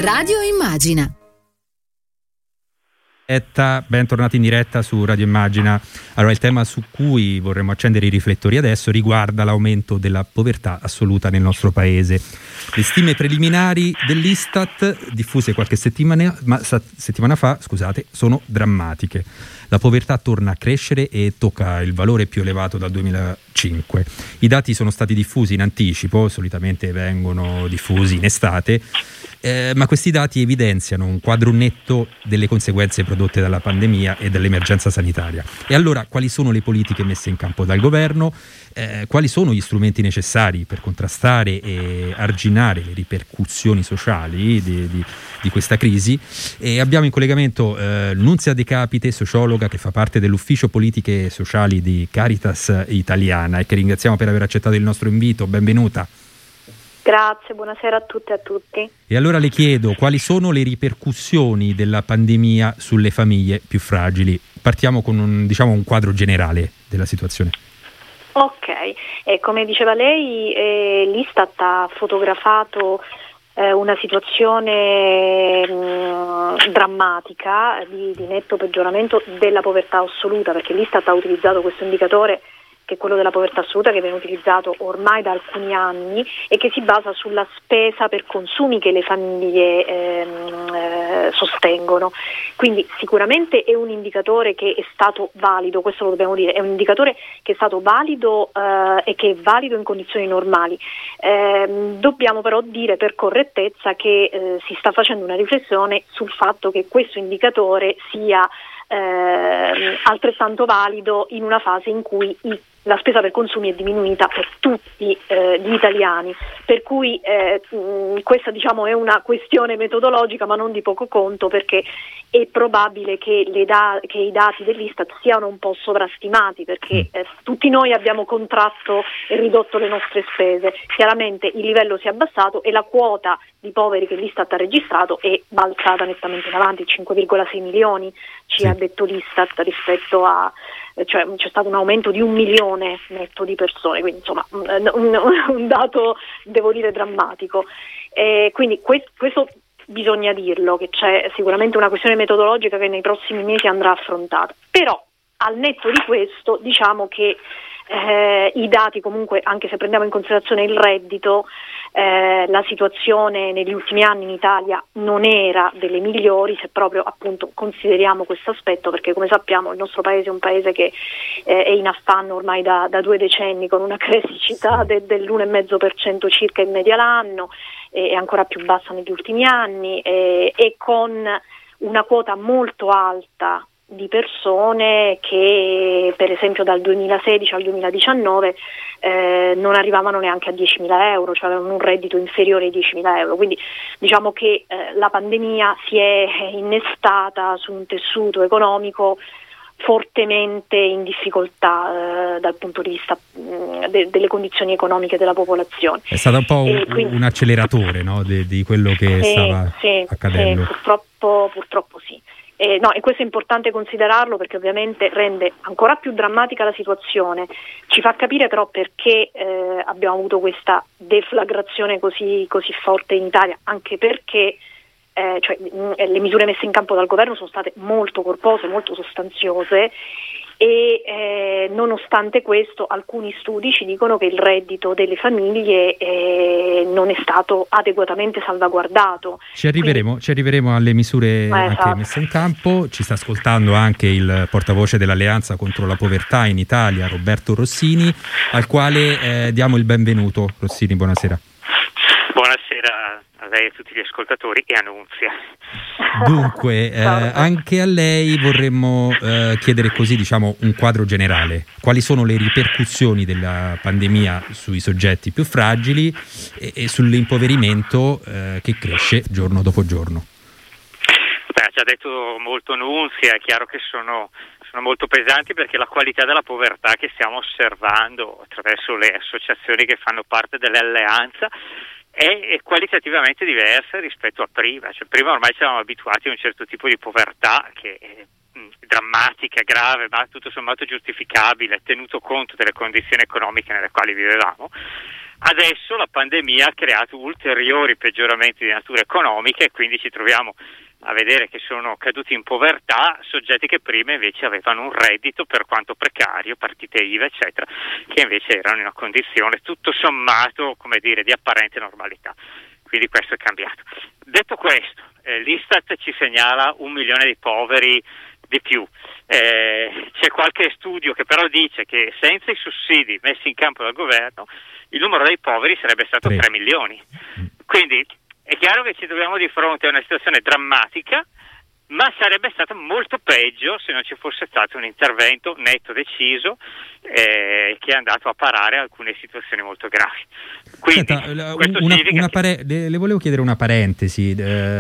Radio Immagina. Bentornati in diretta su Radio Immagina. Allora, il tema su cui vorremmo accendere i riflettori adesso riguarda l'aumento della povertà assoluta nel nostro paese. Le stime preliminari dell'Istat, diffuse qualche settimana fa, sono drammatiche. La povertà torna a crescere e tocca il valore più elevato dal 2005. I dati sono stati diffusi in anticipo, solitamente vengono diffusi in estate, ma questi dati evidenziano un quadro netto delle conseguenze prodotte dalla pandemia e dall'emergenza sanitaria. E allora, quali sono le politiche messe in campo dal governo? Quali sono gli strumenti necessari per contrastare e arginare le ripercussioni sociali di questa crisi? E abbiamo in collegamento Nunzia De Capite, sociologa che fa parte dell'ufficio politiche sociali di Caritas Italiana e che ringraziamo per aver accettato il nostro invito. Benvenuta. Grazie, buonasera a tutte e a tutti. E allora le chiedo, quali sono le ripercussioni della pandemia sulle famiglie più fragili? Partiamo con un quadro generale della situazione. Ok, come diceva lei, l'Istat ha fotografato una situazione drammatica di netto peggioramento della povertà assoluta, perché l'Istat ha utilizzato questo indicatore che è quello della povertà assoluta, che viene utilizzato ormai da alcuni anni e che si basa sulla spesa per consumi che le famiglie sostengono. Quindi sicuramente è un indicatore che è stato valido, questo lo dobbiamo dire, è un indicatore che è stato valido e che è valido in condizioni normali. Dobbiamo però dire per correttezza che si sta facendo una riflessione sul fatto che questo indicatore sia altrettanto valido in una fase in cui la spesa per consumi è diminuita per tutti gli italiani, per cui questa è una questione metodologica ma non di poco conto, perché è probabile che i dati dell'Istat siano un po' sovrastimati, perché tutti noi abbiamo contratto e ridotto le nostre spese. Chiaramente il livello si è abbassato e la quota di poveri che l'Istat ha registrato è balzata nettamente in avanti, 5,6 milioni ci ha detto l'Istat rispetto a c'è stato un aumento di 1 milione netto di persone, quindi insomma un dato devo dire drammatico. Quindi questo bisogna dirlo, che c'è sicuramente una questione metodologica che nei prossimi mesi andrà affrontata, però al netto di questo diciamo che i dati comunque, anche se prendiamo in considerazione il reddito, la situazione negli ultimi anni in Italia non era delle migliori, se proprio appunto consideriamo questo aspetto, perché come sappiamo il nostro paese è un paese che è in affanno ormai da 2 decenni, con una crescita dell'1,5% circa in media l'anno, e ancora più bassa negli ultimi anni, e con una quota molto alta di persone che per esempio dal 2016 al 2019 non arrivavano neanche a 10.000 euro, cioè avevano un reddito inferiore ai 10.000 euro. Quindi diciamo che la pandemia si è innestata su un tessuto economico fortemente in difficoltà dal punto di vista delle condizioni economiche della popolazione. È stato un po' un acceleratore, no, di quello che stava accadendo. Purtroppo sì. E questo è importante considerarlo, perché ovviamente rende ancora più drammatica la situazione, ci fa capire però perché abbiamo avuto questa deflagrazione così forte in Italia, anche perché le misure messe in campo dal governo sono state molto corpose, molto sostanziose, e nonostante questo alcuni studi ci dicono che il reddito delle famiglie non è stato adeguatamente salvaguardato. Ci arriveremo alle misure anche messe in campo. Ci sta ascoltando anche il portavoce dell'Alleanza contro la povertà in Italia, Roberto Rossini, al quale diamo il benvenuto. Rossini, buonasera. Buonasera a lei e a tutti gli ascoltatori e a Nunzia. Dunque, anche a lei vorremmo chiedere così, un quadro generale. Quali sono le ripercussioni della pandemia sui soggetti più fragili e sull'impoverimento che cresce giorno dopo giorno? Ha già detto molto Nunzia, è chiaro che sono molto pesanti, perché la qualità della povertà che stiamo osservando attraverso le associazioni che fanno parte dell'alleanza è qualitativamente diversa rispetto a prima. Cioè, prima ormai ci eravamo abituati a un certo tipo di povertà che è drammatica, grave, ma tutto sommato giustificabile, tenuto conto delle condizioni economiche nelle quali vivevamo. Adesso la pandemia ha creato ulteriori peggioramenti di natura economica e quindi ci troviamo a vedere che sono caduti in povertà soggetti che prima invece avevano un reddito, per quanto precario, partite IVA eccetera, che invece erano in una condizione tutto sommato, come dire, di apparente normalità. Quindi questo è cambiato. Detto questo, l'Istat ci segnala 1 milione di poveri di più. C'è qualche studio che però dice che senza i sussidi messi in campo dal governo il numero dei poveri sarebbe stato 3 milioni. Quindi è chiaro che ci troviamo di fronte a una situazione drammatica, ma sarebbe stato molto peggio se non ci fosse stato un intervento netto, deciso, che è andato a parare alcune situazioni molto gravi. Quindi, le volevo chiedere una parentesi,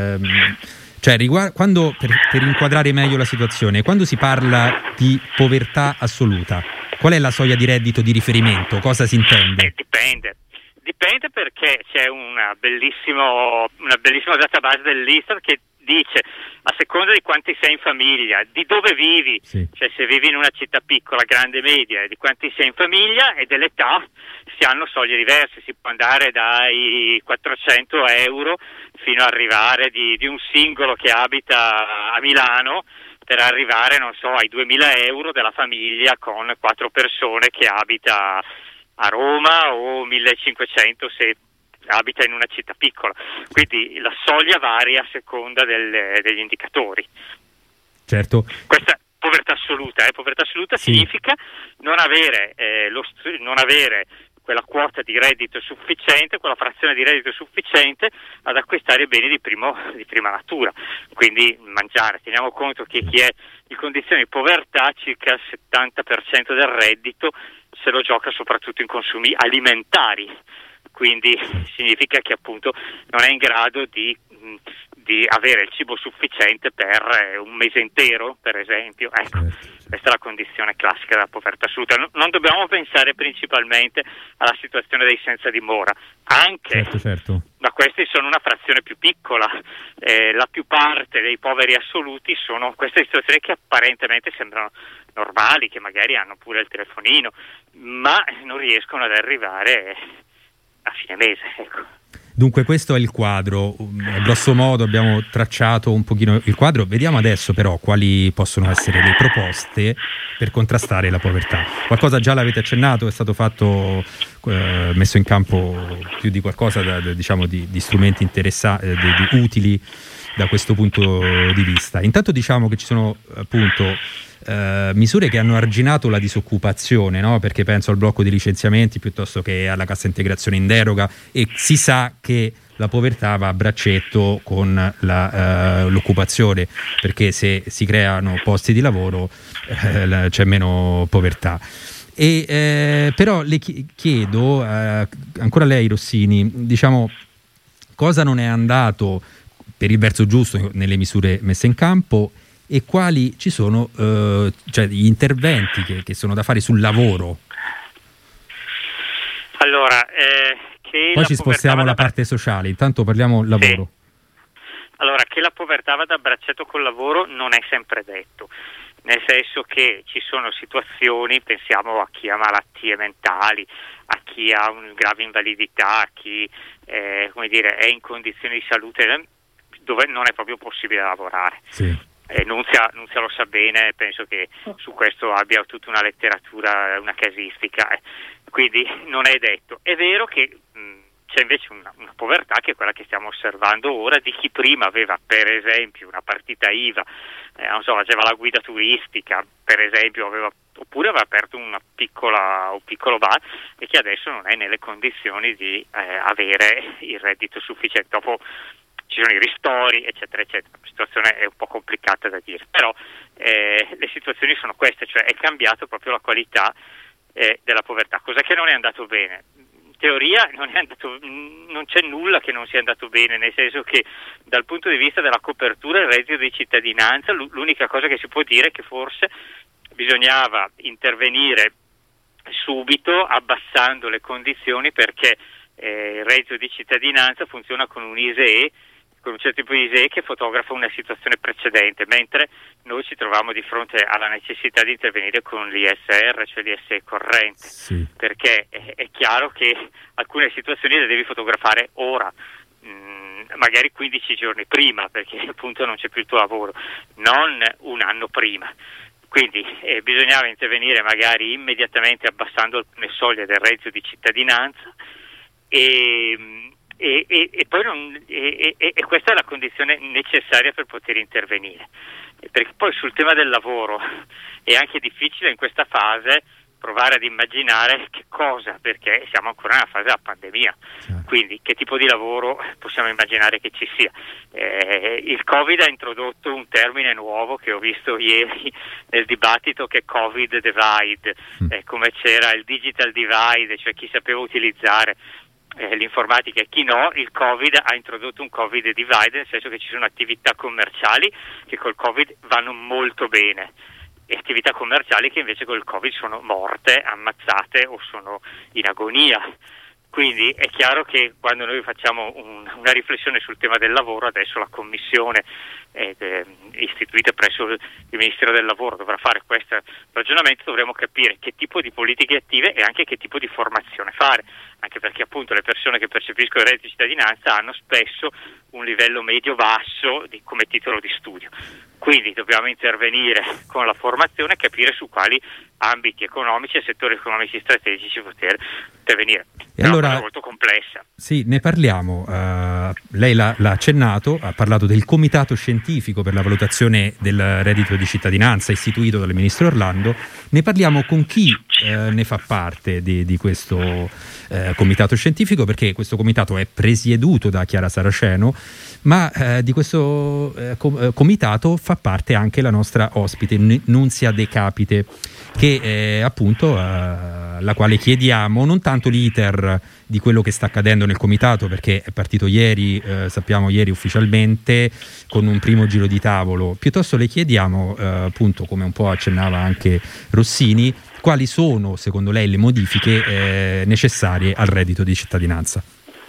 cioè quando, per inquadrare meglio la situazione, quando si parla di povertà assoluta, qual è la soglia di reddito di riferimento? Cosa si intende? Dipende perché c'è una bellissima database dell'Istat che dice, a seconda di quanti sei in famiglia, di dove vivi, sì, cioè se vivi in una città piccola, grande, media, di quanti sei in famiglia e dell'età, si hanno soglie diverse, si può andare dai 400 euro fino ad arrivare di un singolo che abita a Milano, per arrivare, non so, ai 2000 euro della famiglia con 4 persone che abita a Roma, o 1500 se abita in una città piccola. Quindi la soglia varia a seconda degli indicatori. Certo. Questa povertà assoluta, povertà assoluta sì, significa non avere quella quota di reddito sufficiente, quella frazione di reddito sufficiente ad acquistare beni di prima natura, quindi mangiare. Teniamo conto che chi è in condizioni di povertà, circa il 70% del reddito se lo gioca soprattutto in consumi alimentari, quindi significa che appunto non è in grado di avere il cibo sufficiente per un mese intero, per esempio. Ecco, questa è la condizione classica della povertà assoluta. Non dobbiamo pensare principalmente alla situazione dei senza dimora, anche certo. Ma questi sono una frazione più piccola. La più parte dei poveri assoluti sono queste situazioni che apparentemente sembrano normali, che magari hanno pure il telefonino, ma non riescono ad arrivare a fine mese, ecco. Dunque questo è il quadro, grosso modo abbiamo tracciato un pochino il quadro, vediamo adesso però quali possono essere le proposte per contrastare la povertà. Qualcosa già l'avete accennato, è stato fatto, messo in campo più di qualcosa di strumenti interessanti, utili da questo punto di vista. Intanto diciamo che ci sono appunto misure che hanno arginato la disoccupazione, no? Perché penso al blocco di licenziamenti piuttosto che alla cassa integrazione in deroga, e si sa che la povertà va a braccetto con l'occupazione, perché se si creano posti di lavoro c'è meno povertà. Però le chiedo ancora a lei, Rossini, diciamo, cosa non è andato per il verso giusto nelle misure messe in campo e quali ci sono cioè gli interventi che sono da fare sul lavoro. Allora, poi ci spostiamo alla parte sociale, intanto parliamo lavoro. Sì. Allora, che la povertà vada a braccetto col lavoro non è sempre detto, nel senso che ci sono situazioni, pensiamo a chi ha malattie mentali, a chi ha una grave invalidità, a chi è in condizioni di salute dove non è proprio possibile lavorare. Sì. Nunzia lo sa bene, penso che su questo abbia tutta una letteratura, una casistica, quindi non è detto. È vero che c'è invece una povertà, che è quella che stiamo osservando ora, di chi prima aveva per esempio una partita IVA, faceva la guida turistica per esempio, oppure aveva aperto un piccolo bar, e che adesso non è nelle condizioni di avere il reddito sufficiente. Dopo ci sono i ristori, eccetera, eccetera. La situazione è un po' complicata da dire, però le situazioni sono queste, cioè è cambiato proprio la qualità della povertà, cosa che non è andato bene. In teoria non c'è nulla che non sia andato bene, nel senso che dal punto di vista della copertura del reddito di cittadinanza l'unica cosa che si può dire è che forse bisognava intervenire subito abbassando le condizioni, perché il reddito di cittadinanza funziona con un ISEE con un certo tipo di ISEE che fotografa una situazione precedente, mentre noi ci troviamo di fronte alla necessità di intervenire con l'ISR, cioè l'ISEE corrente, sì. Perché è chiaro che alcune situazioni le devi fotografare ora, magari 15 giorni prima, perché appunto non c'è più il tuo lavoro, non un anno prima. Quindi bisognava intervenire magari immediatamente abbassando alcune soglie del reddito di cittadinanza e questa è la condizione necessaria per poter intervenire, perché poi sul tema del lavoro è anche difficile in questa fase provare ad immaginare che cosa, perché siamo ancora nella fase della pandemia, quindi che tipo di lavoro possiamo immaginare che ci sia. Il Covid ha introdotto un termine nuovo che ho visto ieri nel dibattito, che è Covid divide, come c'era il digital divide, cioè chi sapeva utilizzare l'informatica e chi no. Il Covid ha introdotto un Covid divide, nel senso che ci sono attività commerciali che col Covid vanno molto bene e attività commerciali che invece col Covid sono morte, ammazzate o sono in agonia. Quindi è chiaro che quando noi facciamo una riflessione sul tema del lavoro, adesso la commissione istituita presso il Ministero del Lavoro dovrà fare questo ragionamento, dovremo capire che tipo di politiche attive e anche che tipo di formazione fare, anche perché appunto le persone che percepiscono il reddito di cittadinanza hanno spesso un livello medio-basso come titolo di studio. Quindi dobbiamo intervenire con la formazione e capire su quali ambiti economici e settori economici strategici poter intervenire. E allora, è una cosa molto complessa. Sì, ne parliamo. Lei l'ha accennato, ha parlato del Comitato Scientifico per la valutazione del reddito di cittadinanza istituito dal Ministro Orlando. Ne parliamo con chi ne fa parte di questo Comitato Scientifico, perché questo comitato è presieduto da Chiara Saraceno, ma di questo comitato fa parte anche la nostra ospite Nunzia De Capite, che appunto alla quale chiediamo non tanto l'iter di quello che sta accadendo nel comitato, perché è partito ieri, sappiamo ieri ufficialmente, con un primo giro di tavolo, piuttosto le chiediamo appunto, come un po' accennava anche Rossini, quali sono secondo lei le modifiche necessarie al reddito di cittadinanza.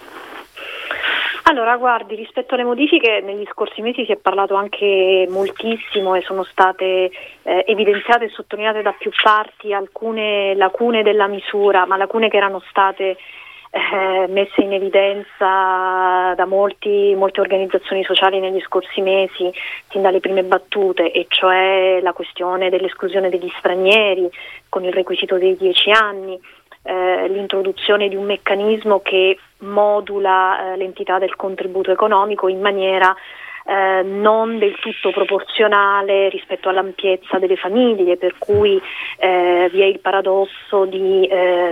Allora, guardi, rispetto alle modifiche negli scorsi mesi si è parlato anche moltissimo e sono state evidenziate e sottolineate da più parti alcune lacune della misura, ma lacune che erano state messe in evidenza da molte organizzazioni sociali negli scorsi mesi, sin dalle prime battute, e cioè la questione dell'esclusione degli stranieri con il requisito dei 10 anni, l'introduzione di un meccanismo che modula l'entità del contributo economico in maniera non del tutto proporzionale rispetto all'ampiezza delle famiglie, per cui vi è il paradosso di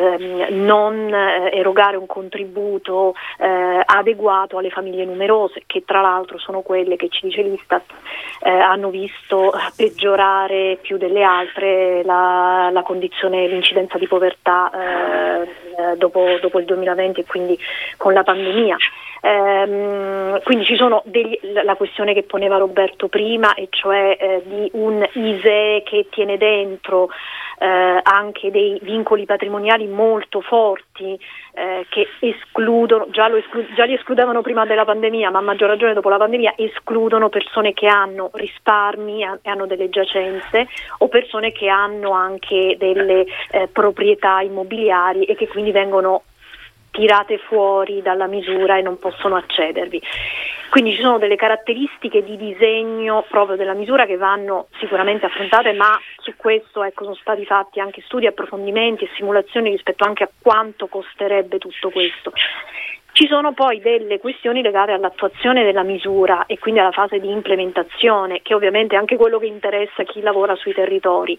non erogare un contributo adeguato alle famiglie numerose, che tra l'altro sono quelle che, ci dice l'Istat, hanno visto peggiorare più delle altre la condizione, l'incidenza di povertà dopo il 2020 e quindi con la pandemia. Quindi ci sono la questione che poneva Roberto prima, e cioè di un ISEE che tiene dentro anche dei vincoli patrimoniali molto forti che escludono, già li escludevano prima della pandemia, ma a maggior ragione dopo la pandemia escludono persone che hanno risparmi e hanno delle giacenze, o persone che hanno anche delle proprietà immobiliari e che quindi vengono tirate fuori dalla misura e non possono accedervi. Quindi ci sono delle caratteristiche di disegno proprio della misura che vanno sicuramente affrontate, ma su questo sono stati fatti anche studi, approfondimenti e simulazioni rispetto anche a quanto costerebbe tutto questo. Ci sono poi delle questioni legate all'attuazione della misura e quindi alla fase di implementazione, che ovviamente è anche quello che interessa chi lavora sui territori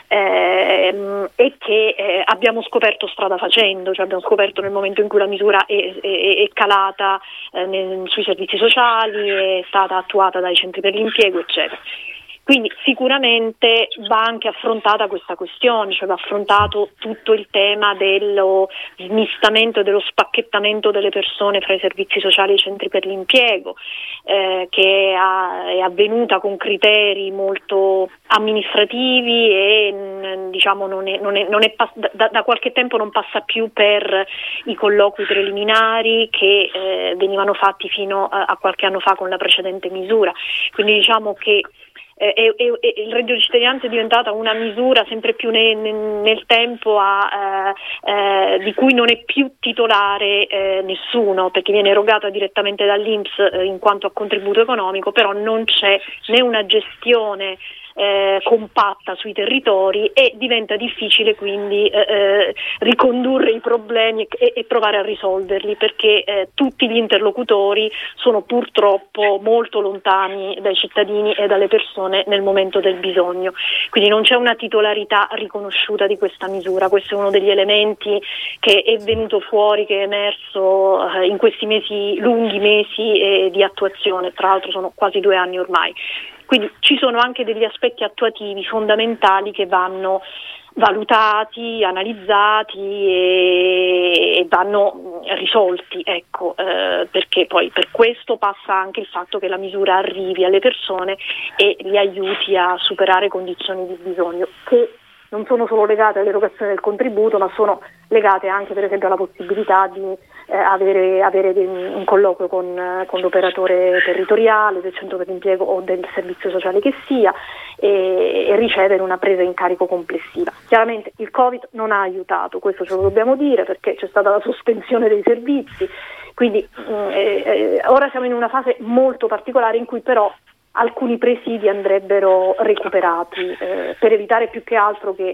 e che abbiamo scoperto strada facendo, cioè abbiamo scoperto nel momento in cui la misura è calata sui servizi sociali, è stata attuata dai centri per l'impiego, eccetera. Quindi sicuramente va anche affrontata questa questione, cioè va affrontato tutto il tema dello smistamento, dello spacchettamento delle persone fra i servizi sociali e i centri per l'impiego, che è avvenuta con criteri molto amministrativi e diciamo da qualche tempo non passa più per i colloqui preliminari che venivano fatti fino a qualche anno fa con la precedente misura. Quindi diciamo che il reddito di cittadinanza è diventata una misura sempre più nel tempo di cui non è più titolare nessuno, perché viene erogata direttamente dall'INPS in quanto a contributo economico, però non c'è né una gestione compatta sui territori e diventa difficile quindi ricondurre i problemi e provare a risolverli, perché tutti gli interlocutori sono purtroppo molto lontani dai cittadini e dalle persone nel momento del bisogno, quindi non c'è una titolarità riconosciuta di questa misura. Questo è uno degli elementi che è venuto fuori, che è emerso in questi lunghi mesi di attuazione, tra l'altro sono quasi 2 anni ormai. Quindi ci sono anche degli aspetti attuativi fondamentali che vanno valutati, analizzati e vanno risolti, ecco, perché poi per questo passa anche il fatto che la misura arrivi alle persone e li aiuti a superare condizioni di bisogno che non sono solo legate all'erogazione del contributo, ma sono legate anche per esempio alla possibilità di avere un colloquio con l'operatore territoriale del centro per l'impiego o del servizio sociale che sia e ricevere una presa in carico complessiva. Chiaramente il Covid non ha aiutato, questo ce lo dobbiamo dire, perché c'è stata la sospensione dei servizi, quindi ora siamo in una fase molto particolare in cui però alcuni presidi andrebbero recuperati per evitare più che altro che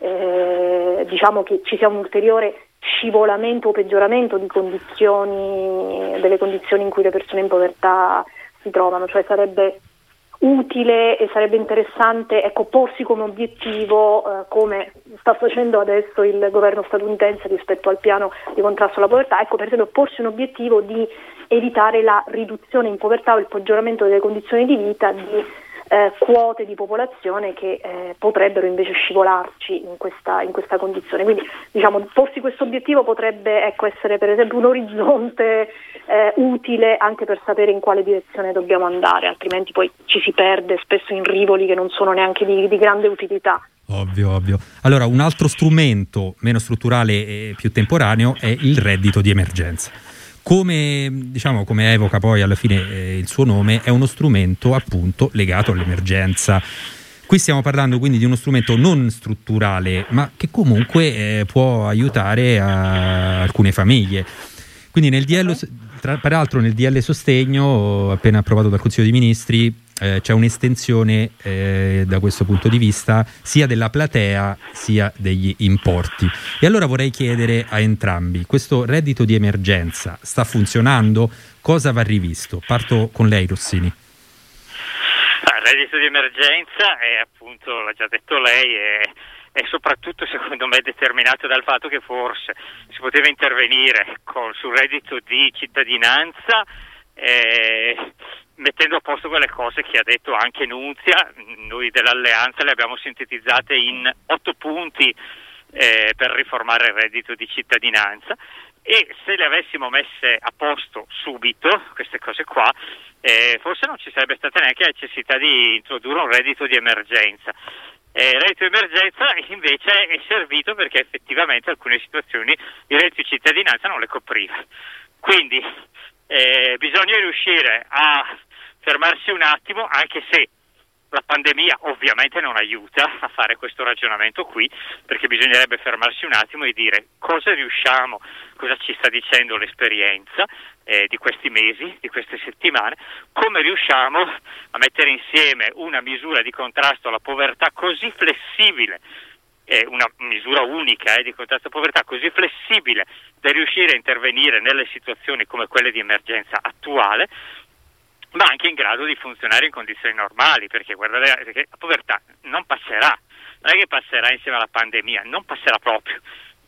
diciamo che ci sia un ulteriore scivolamento o peggioramento delle condizioni in cui le persone in povertà si trovano, cioè sarebbe utile e sarebbe interessante porsi come obiettivo, come sta facendo adesso il governo statunitense rispetto al piano di contrasto alla povertà, per esempio porsi un obiettivo di evitare la riduzione in povertà o il peggioramento delle condizioni di vita di quote di popolazione che potrebbero invece scivolarci in questa condizione. Quindi diciamo porsi questo obiettivo potrebbe essere per esempio un orizzonte utile anche per sapere in quale direzione dobbiamo andare, altrimenti poi ci si perde spesso in rivoli che non sono neanche di grande utilità. Ovvio. Allora, un altro strumento meno strutturale e più temporaneo è il reddito di emergenza. Come evoca poi alla fine il suo nome, è uno strumento appunto legato all'emergenza. Qui stiamo parlando quindi di uno strumento non strutturale, ma che comunque può aiutare alcune famiglie. Quindi peraltro nel DL Sostegno, appena approvato dal Consiglio dei Ministri, c'è un'estensione da questo punto di vista sia della platea sia degli importi. E allora vorrei chiedere a entrambi: questo reddito di emergenza sta funzionando? Cosa va rivisto? Parto con lei, Rossini. Il reddito di emergenza è appunto, l'ha già detto lei, è soprattutto secondo me determinato dal fatto che forse si poteva intervenire sul reddito di cittadinanza mettendo a posto quelle cose che ha detto anche Nunzia. Noi dell'Alleanza le abbiamo sintetizzate in 8 punti per riformare il reddito di cittadinanza, e se le avessimo messe a posto subito queste cose qua, forse non ci sarebbe stata neanche la necessità di introdurre un reddito di emergenza. Il reddito di emergenza invece è servito perché effettivamente alcune situazioni il reddito di cittadinanza non le copriva, quindi bisogna riuscire a fermarsi un attimo, anche se la pandemia ovviamente non aiuta a fare questo ragionamento qui, perché bisognerebbe fermarsi un attimo e dire cosa ci sta dicendo l'esperienza di questi mesi, di queste settimane, come riusciamo a mettere insieme una misura di contrasto alla povertà così flessibile, una misura unica di contrasto alla povertà così flessibile da riuscire a intervenire nelle situazioni come quelle di emergenza attuale, ma anche in grado di funzionare in condizioni normali, perché guardate che la povertà non passerà, non è che passerà insieme alla pandemia, non passerà proprio.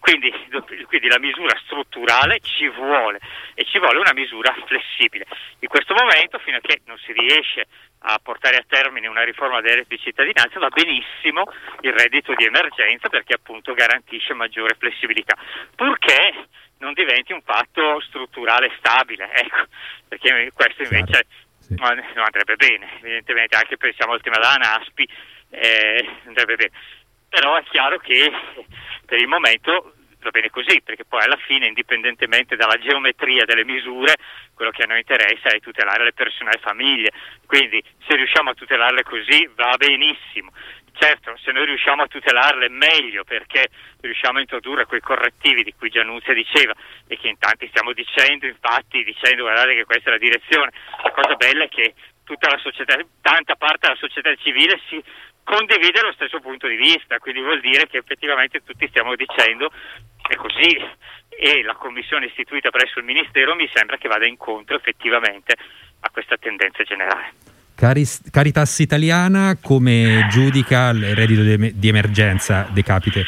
Quindi la misura strutturale ci vuole, e ci vuole una misura flessibile. In questo momento, fino a che non si riesce a portare a termine una riforma del reddito di cittadinanza, va benissimo il reddito di emergenza, perché appunto garantisce maggiore flessibilità, purché non diventi un fatto strutturale stabile, ecco, perché questo invece non andrebbe bene, evidentemente. Anche pensiamo al tema della NASPI, andrebbe bene, però è chiaro che per il momento va bene così, perché poi alla fine, indipendentemente dalla geometria delle misure, quello che a noi interessa è tutelare le persone e le famiglie, quindi se riusciamo a tutelarle così va benissimo. Certo, se noi riusciamo a tutelarle meglio, perché riusciamo a introdurre quei correttivi di cui Giannuzia diceva e che in tanti stiamo dicendo guardate che questa è la direzione. La cosa bella è che tutta la società, tanta parte della società civile si condivide lo stesso punto di vista, quindi vuol dire che effettivamente tutti stiamo dicendo è così, e la commissione istituita presso il Ministero mi sembra che vada incontro effettivamente a questa tendenza generale. Caritas Italiana come giudica il reddito di emergenza De Capite?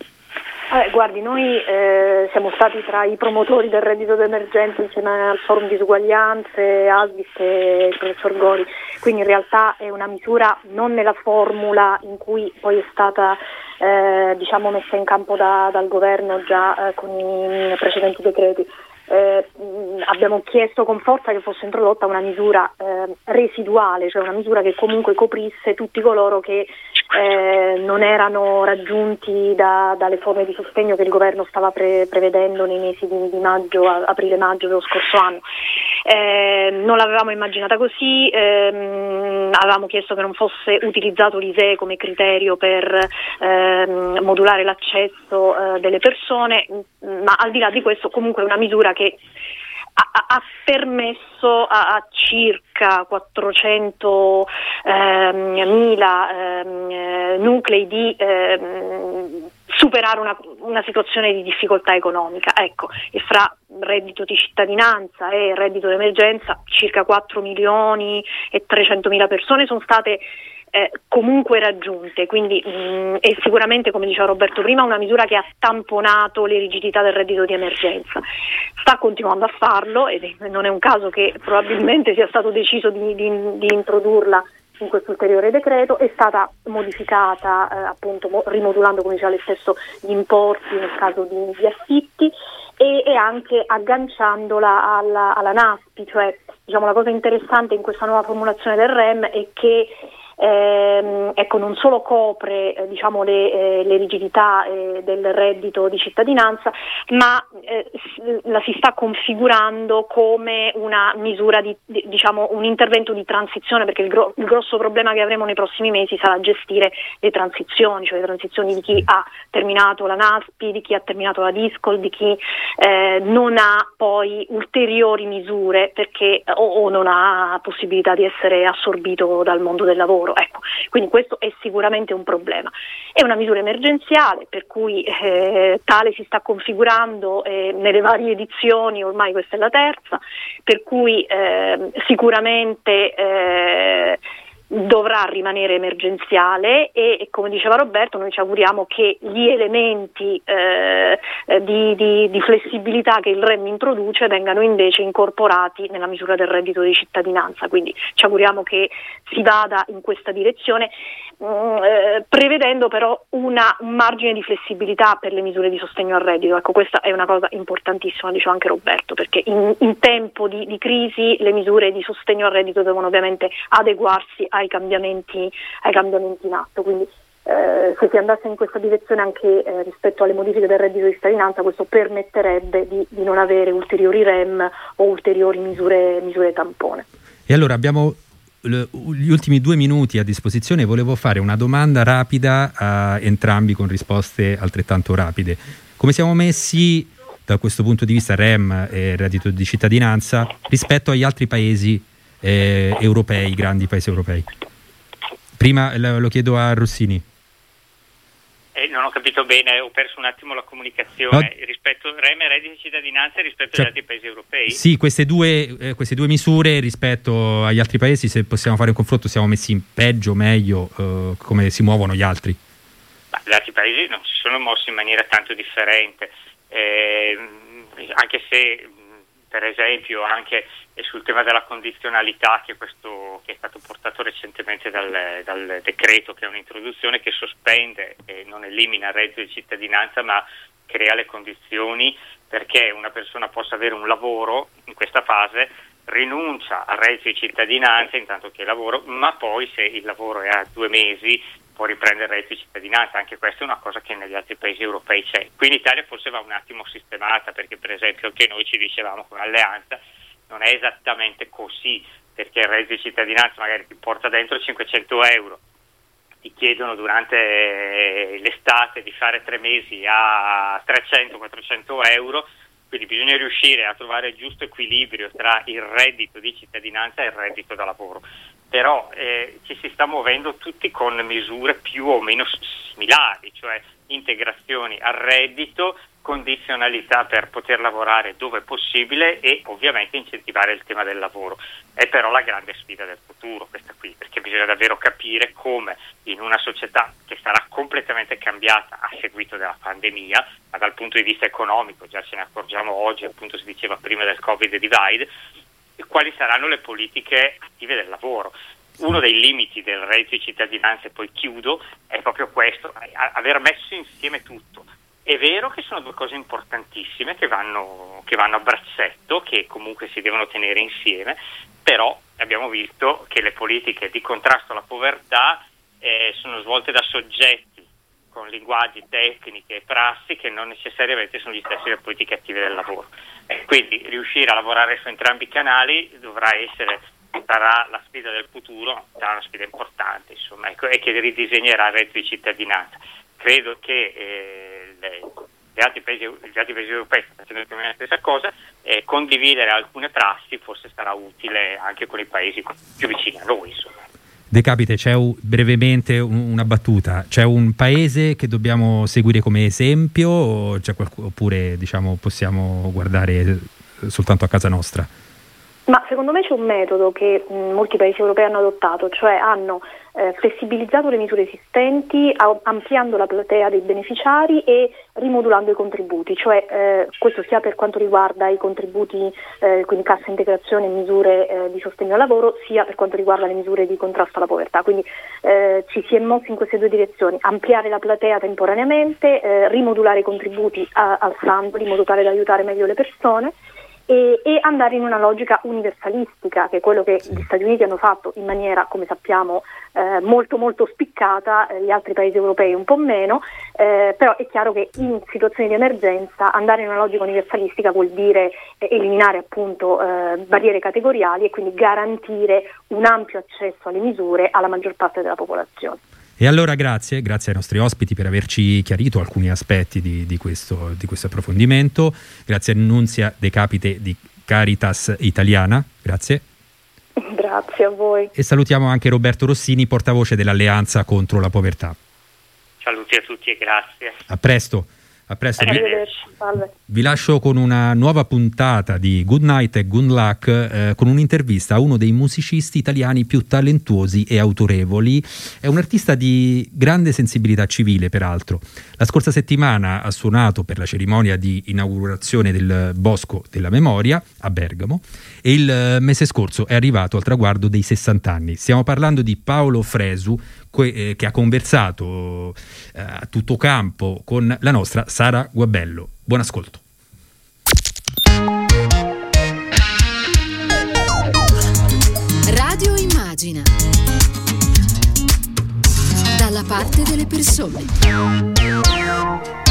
Guardi, noi siamo stati tra i promotori del reddito d'emergenza insieme al Forum Disuguaglianze, Asvis e il professor Gori, quindi in realtà è una misura non nella formula in cui poi è stata messa in campo dal governo già con i precedenti decreti. Abbiamo chiesto con forza che fosse introdotta una misura residuale, cioè una misura che comunque coprisse tutti coloro che non erano raggiunti dalle forme di sostegno che il governo stava prevedendo nei mesi di maggio, aprile-maggio dello scorso anno. Non l'avevamo immaginata così, avevamo chiesto che non fosse utilizzato l'ISEE come criterio per modulare l'accesso delle persone, ma al di là di questo comunque è una misura che ha permesso a circa 400.000 nuclei di superare una situazione di difficoltà economica. Ecco, e fra reddito di cittadinanza e reddito d'emergenza circa 4.300.000 persone sono state comunque raggiunte, quindi è sicuramente, come diceva Roberto prima, una misura che ha tamponato le rigidità del reddito di emergenza. Sta continuando a farlo ed non è un caso che probabilmente sia stato deciso di introdurla in questo ulteriore decreto. È stata modificata appunto rimodulando, come diceva lei stesso, gli importi nel caso di affitti e anche agganciandola alla NASPI, cioè diciamo la cosa interessante in questa nuova formulazione del REM è che non solo copre le rigidità del reddito di cittadinanza, ma la si sta configurando come una misura un intervento di transizione, perché il grosso problema che avremo nei prossimi mesi sarà gestire le transizioni, cioè le transizioni di chi ha terminato la NASPI, di chi ha terminato la DISCOL, di chi non ha poi ulteriori misure perché o non ha possibilità di essere assorbito dal mondo del lavoro. Ecco, quindi questo è sicuramente un problema. È una misura emergenziale per cui tale si sta configurando nelle varie edizioni, ormai questa è la terza, per cui sicuramente dovrà rimanere emergenziale e come diceva Roberto, noi ci auguriamo che gli elementi di flessibilità che il REM introduce vengano invece incorporati nella misura del reddito di cittadinanza, quindi ci auguriamo che si vada in questa direzione, prevedendo però un margine di flessibilità per le misure di sostegno al reddito. Ecco, questa è una cosa importantissima, diceva anche Roberto, perché in tempo di crisi le misure di sostegno al reddito devono ovviamente adeguarsi ai cambiamenti in atto, quindi se si andasse in questa direzione anche rispetto alle modifiche del reddito di cittadinanza, questo permetterebbe di non avere ulteriori REM o ulteriori misure tampone. E allora abbiamo gli ultimi 2 minuti a disposizione. Volevo fare una domanda rapida a entrambi con risposte altrettanto rapide. Come siamo messi da questo punto di vista, REM e reddito di cittadinanza, rispetto agli altri paesi europei, grandi paesi europei? Prima lo chiedo a Rossini. Non ho capito bene, ho perso un attimo la comunicazione. Rispetto REM e reddito di cittadinanza rispetto agli altri paesi europei? Sì, queste due misure rispetto agli altri paesi, se possiamo fare un confronto, siamo messi peggio, meglio, come si muovono gli altri? gli altri paesi non si sono mossi in maniera tanto differente, anche se per esempio anche sul tema della condizionalità, che è stato portato recentemente dal decreto, che è un'introduzione che sospende e non elimina il reddito di cittadinanza, ma crea le condizioni perché una persona possa avere un lavoro in questa fase, rinuncia al reddito di cittadinanza intanto che lavoro, ma poi se il lavoro è a 2 mesi può riprendere il reddito di cittadinanza. Anche questa è una cosa che negli altri paesi europei c'è. Qui in Italia forse va un attimo sistemata, perché per esempio anche noi ci dicevamo come alleanza non è esattamente così, perché il reddito di cittadinanza magari ti porta dentro 500 euro, ti chiedono durante l'estate di fare 3 mesi a 300-400 euro, quindi bisogna riuscire a trovare il giusto equilibrio tra il reddito di cittadinanza e il reddito da lavoro. Però ci si sta muovendo tutti con misure più o meno similari, cioè integrazioni al reddito, condizionalità per poter lavorare dove è possibile e ovviamente incentivare il tema del lavoro. È però la grande sfida del futuro questa qui, perché bisogna davvero capire come in una società che sarà completamente cambiata a seguito della pandemia, ma dal punto di vista economico già ce ne accorgiamo oggi, appunto si diceva prima del Covid divide, quali saranno le politiche attive del lavoro. Uno dei limiti del reddito di cittadinanza, e poi chiudo, è proprio questo, aver messo insieme tutto. È vero che sono 2 cose importantissime che vanno a braccetto, che comunque si devono tenere insieme, però abbiamo visto che le politiche di contrasto alla povertà sono svolte da soggetti con linguaggi, tecniche e prassi che non necessariamente sono gli stessi delle politiche attive del lavoro. Quindi riuscire a lavorare su entrambi i canali sarà la sfida del futuro, sarà una sfida importante, insomma, e che ridisegnerà il reddito di cittadinanza. Credo che gli altri paesi europei stanno facendo più o meno la stessa cosa, condividere alcune prassi forse sarà utile anche con i paesi più vicini a noi, insomma. De Capite, c'è brevemente una battuta, c'è un paese che dobbiamo seguire come esempio oppure diciamo possiamo guardare soltanto a casa nostra? Ma secondo me c'è un metodo che molti paesi europei hanno adottato, cioè hanno flessibilizzato le misure esistenti, ampliando la platea dei beneficiari e rimodulando i contributi, cioè questo sia per quanto riguarda i contributi, quindi cassa integrazione e misure di sostegno al lavoro, sia per quanto riguarda le misure di contrasto alla povertà. Quindi ci si è mossi in queste 2 direzioni: ampliare la platea temporaneamente, rimodulare i contributi alzandoli in modo tale da aiutare meglio le persone, e andare in una logica universalistica, che è quello che gli Stati Uniti hanno fatto in maniera, come sappiamo, molto molto spiccata, gli altri paesi europei un po' meno, però è chiaro che in situazioni di emergenza andare in una logica universalistica vuol dire eliminare appunto barriere categoriali e quindi garantire un ampio accesso alle misure alla maggior parte della popolazione. E allora grazie ai nostri ospiti per averci chiarito alcuni aspetti di questo approfondimento. Grazie a Nunzia De Capite di Caritas Italiana, grazie. Grazie a voi. E salutiamo anche Roberto Rossini, portavoce dell'Alleanza contro la povertà. Saluti a tutti e grazie. A presto. Arrivederci. Salve. Vi lascio con una nuova puntata di Good Night e Good Luck, con un'intervista a uno dei musicisti italiani più talentuosi e autorevoli. È un artista di grande sensibilità civile, peraltro. La scorsa settimana ha suonato per la cerimonia di inaugurazione del Bosco della Memoria a Bergamo e il mese scorso è arrivato al traguardo dei 60 anni. Stiamo parlando di Paolo Fresu, che ha conversato a tutto campo con la nostra Sara Guabello. Buon ascolto. Radio Immagina, dalla parte delle persone.